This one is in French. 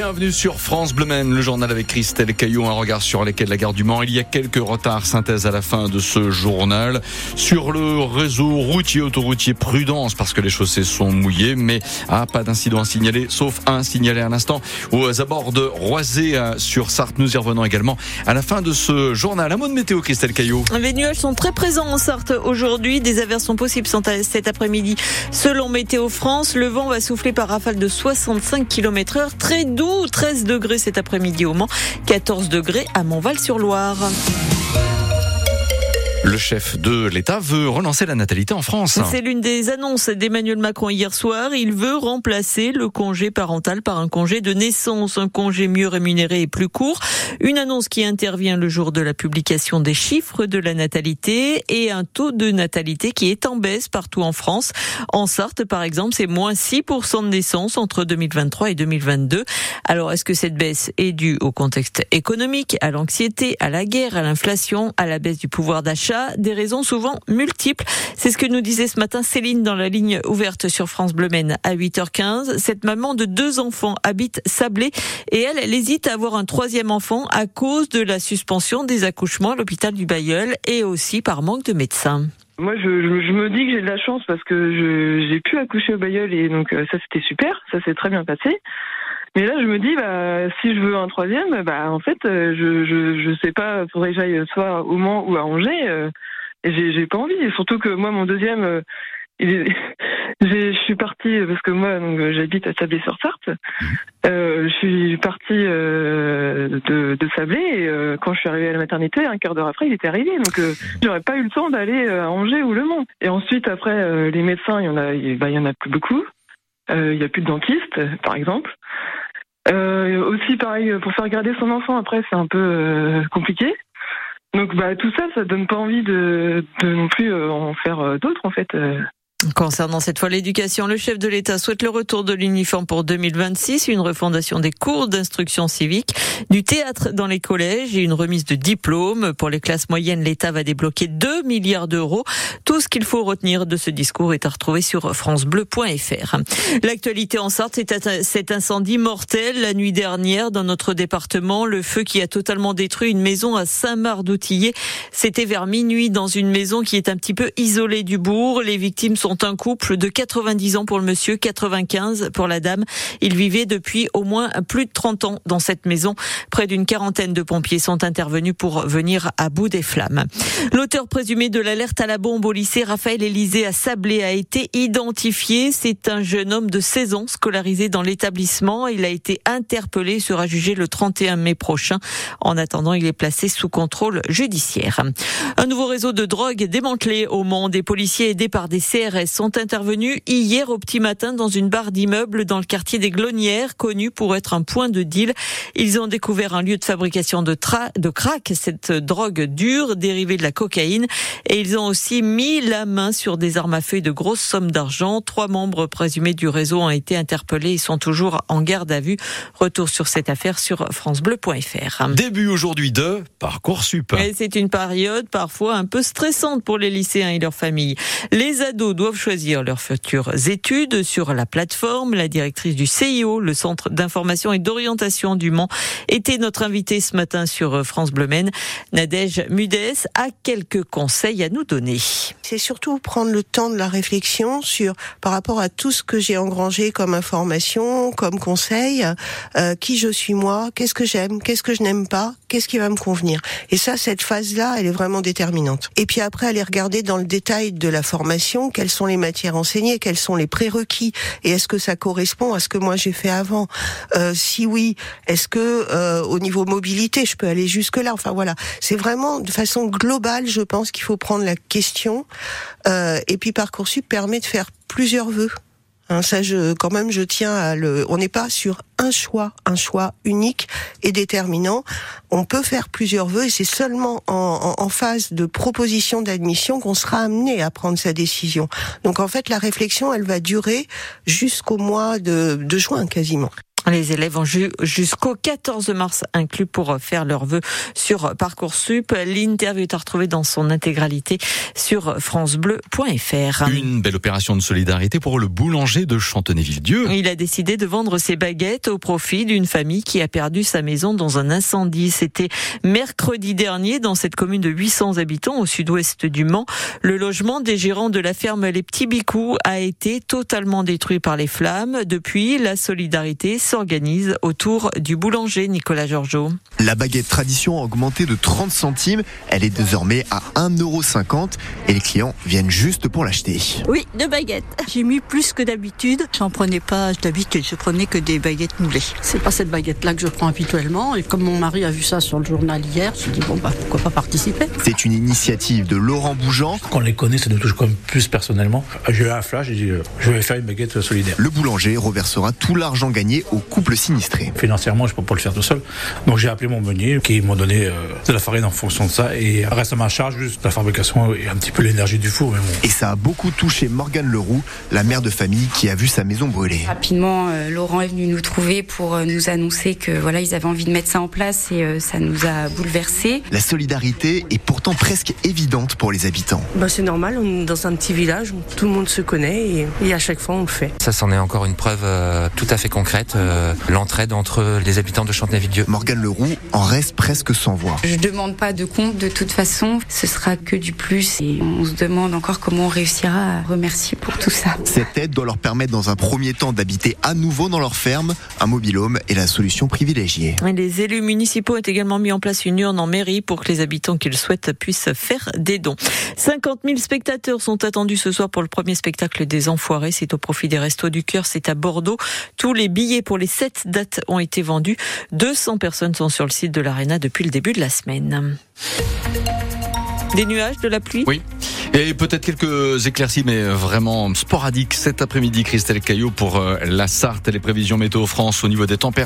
Bienvenue sur France Bleu Maine, le journal avec Christelle Caillot, un regard sur les quais de la gare du Mans. Il y a quelques retards, synthèse à la fin de ce journal. Sur le réseau routier, autoroutier, prudence parce que les chaussées sont mouillées, mais pas d'incident à signaler, sauf un signalé à l'instant aux abords de Roisey sur Sarthe. Nous y revenons également à la fin de ce journal. Un mot de météo, Christelle Caillot. Les nuages sont très présents en Sarthe aujourd'hui. Des averses sont possibles cet après-midi. Selon Météo France, le vent va souffler par rafale de 65 km/h. Très doux, 13 degrés cet après-midi au Mans, 14 degrés à Montval-sur-Loire. Le chef de l'État veut relancer la natalité en France. C'est l'une des annonces d'Emmanuel Macron hier soir. Il veut remplacer le congé parental par un congé de naissance, un congé mieux rémunéré et plus court. Une annonce qui intervient le jour de la publication des chiffres de la natalité et un taux de natalité qui est en baisse partout en France. En Sarthe, par exemple, c'est moins 6% de naissance entre 2023 et 2022. Alors, est-ce que cette baisse est due au contexte économique, à l'anxiété, à la guerre, à l'inflation, à la baisse du pouvoir d'achat? Des raisons souvent multiples. C'est ce que nous disait ce matin Céline dans la ligne ouverte sur France Bleu Maine à 8h15. Cette maman de 2 enfants habite Sablé et elle hésite à avoir un 3e enfant à cause de la suspension des accouchements à l'hôpital du Bailleul et aussi par manque de médecins. Moi, je me dis que j'ai de la chance parce que j'ai pu accoucher au Bailleul et donc ça c'était super, ça s'est très bien passé. Mais là, je me dis, si je veux un 3e, en fait, je sais pas, faudrait que j'aille soit au Mans ou à Angers, et j'ai pas envie. Et surtout que moi, mon 2e, je suis partie, parce que moi, donc, j'habite à Sablé-sur-Sarthe, je suis partie de Sablé, et quand je suis arrivée à la maternité, un quart d'heure après, il était arrivé. Donc, j'aurais pas eu le temps d'aller à Angers ou Le Mans. Et ensuite, après, les médecins, il y en a plus beaucoup. Il y a plus de dentistes, par exemple. Aussi pareil pour faire garder son enfant après c'est un peu compliqué, donc tout ça donne pas envie de non plus en faire d'autres en fait. Concernant cette fois l'éducation, le chef de l'État souhaite le retour de l'uniforme pour 2026, une refondation des cours d'instruction civique, du théâtre dans les collèges et une remise de diplômes. Pour les classes moyennes, l'État va débloquer 2 milliards d'euros. Tout ce qu'il faut retenir de ce discours est à retrouver sur francebleu.fr. L'actualité en Sarthe, c'est cet incendie mortel la nuit dernière dans notre département. Le feu qui a totalement détruit une maison à Saint-Marc-d'Outillier. C'était vers minuit dans une maison qui est un petit peu isolée du bourg. Les victimes sont un couple de 90 ans pour le monsieur, 95 pour la dame. Ils vivaient depuis au moins plus de 30 ans dans cette maison. Près d'une quarantaine de pompiers sont intervenus pour venir à bout des flammes. L'auteur présumé de l'alerte à la bombe au lycée Raphaël Élysée à Sablé a été identifié. C'est un jeune homme de 16 ans scolarisé dans l'établissement. Il a été interpellé et sera jugé le 31 mai prochain. En attendant, il est placé sous contrôle judiciaire. Un nouveau réseau de drogue démantelé au Mans. Des policiers aidés par des CRS sont intervenus hier au petit matin dans une barre d'immeubles dans le quartier des Glonnières, connu pour être un point de deal. Ils ont découvert un lieu de fabrication de crack, cette drogue dure dérivée de la cocaïne, et ils ont aussi mis la main sur des armes à feu et de grosses sommes d'argent. 3 membres présumés du réseau ont été interpellés. Ils sont toujours en garde à vue. Retour sur cette affaire sur francebleu.fr. Début aujourd'hui de Parcoursup. Et c'est une période parfois un peu stressante pour les lycéens et leurs familles. Les ados doivent choisir leurs futures études sur la plateforme. La directrice du CIO, le Centre d'information et d'orientation du Mans, était notre invitée ce matin sur France Bleu Maine. Nadège Mudès a quelques conseils à nous donner. C'est surtout prendre le temps de la réflexion par rapport à tout ce que j'ai engrangé comme information, comme conseil, qui je suis moi, qu'est-ce que j'aime, qu'est-ce que je n'aime pas, qu'est-ce qui va me convenir. Et ça, cette phase-là, elle est vraiment déterminante. Et puis après, aller regarder dans le détail de la formation, quelles sont les matières enseignées, quels sont les prérequis, et est-ce que ça correspond à ce que moi j'ai fait avant. Si oui, est-ce que au niveau mobilité, je peux aller jusque-là. Enfin voilà, c'est vraiment de façon globale, je pense qu'il faut prendre la question. Et puis Parcoursup permet de faire plusieurs vœux. Ça, je tiens à on n'est pas sur un choix unique et déterminant. On peut faire plusieurs vœux et c'est seulement en phase de proposition d'admission qu'on sera amené à prendre sa décision. Donc en fait, la réflexion, elle va durer jusqu'au mois de juin quasiment. Les élèves ont jusqu'au 14 mars inclus pour faire leurs vœux sur Parcoursup. L'interview est à retrouver dans son intégralité sur francebleu.fr. Une belle opération de solidarité pour le boulanger de Chantenay-Villedieu. Il a décidé de vendre ses baguettes au profit d'une famille qui a perdu sa maison dans un incendie. C'était mercredi dernier dans cette commune de 800 habitants au sud-ouest du Mans. Le logement des gérants de la ferme Les Petits Bicous a été totalement détruit par les flammes. Depuis, la solidarité s'organise autour du boulanger Nicolas Georgeot. La baguette tradition a augmenté de 30 centimes. Elle est désormais à 1,50 € et les clients viennent juste pour l'acheter. Oui, 2 baguettes. J'ai mis plus que d'habitude. J'en prenais pas d'habitude, je prenais que des baguettes moulées. C'est pas cette baguette-là que je prends habituellement et comme mon mari a vu ça sur le journal hier, je me suis dit pourquoi pas participer. C'est une initiative de Laurent Bougeant. Quand on les connaît, ça nous touche quand même plus personnellement. J'ai eu un flash, j'ai dit je vais faire une baguette solidaire. Le boulanger reversera tout l'argent gagné au couple sinistré. Financièrement, je peux pas le faire tout seul. Donc j'ai appelé mon meunier qui m'a donné de la farine en fonction de ça et reste à ma charge juste la fabrication et un petit peu l'énergie du four. Mais bon. Et ça a beaucoup touché Morgane Leroux, la mère de famille qui a vu sa maison brûler. Rapidement, Laurent est venu nous trouver pour nous annoncer que voilà, ils avaient envie de mettre ça en place et ça nous a bouleversés. La solidarité est pourtant presque évidente pour les habitants. C'est normal, on est dans un petit village où tout le monde se connaît et à chaque fois on le fait. Ça, c'en est encore une preuve tout à fait concrète, l'entraide entre les habitants de Chantenay-Villedieu. Morgane Leroux en reste presque sans voix. Je demande pas de compte de toute façon, ce sera que du plus et on se demande encore comment on réussira à remercier pour tout ça. Cette aide doit leur permettre dans un premier temps d'habiter à nouveau dans leur ferme. Un mobil-home est la solution privilégiée. Les élus municipaux ont également mis en place une urne en mairie pour que les habitants qui le souhaitent puissent faire des dons. 50 000 spectateurs sont attendus ce soir pour le premier spectacle des Enfoirés. C'est au profit des Restos du Cœur, c'est à Bordeaux. Tous les billets pour les 7 dates ont été vendus. 200 personnes sont sur le site de l'Arena depuis le début de la semaine. Des nuages, de la pluie ? Oui. Et peut-être quelques éclaircies, mais vraiment sporadiques cet après-midi. Christelle Caillot pour la Sarthe et les prévisions météo France au niveau des températures.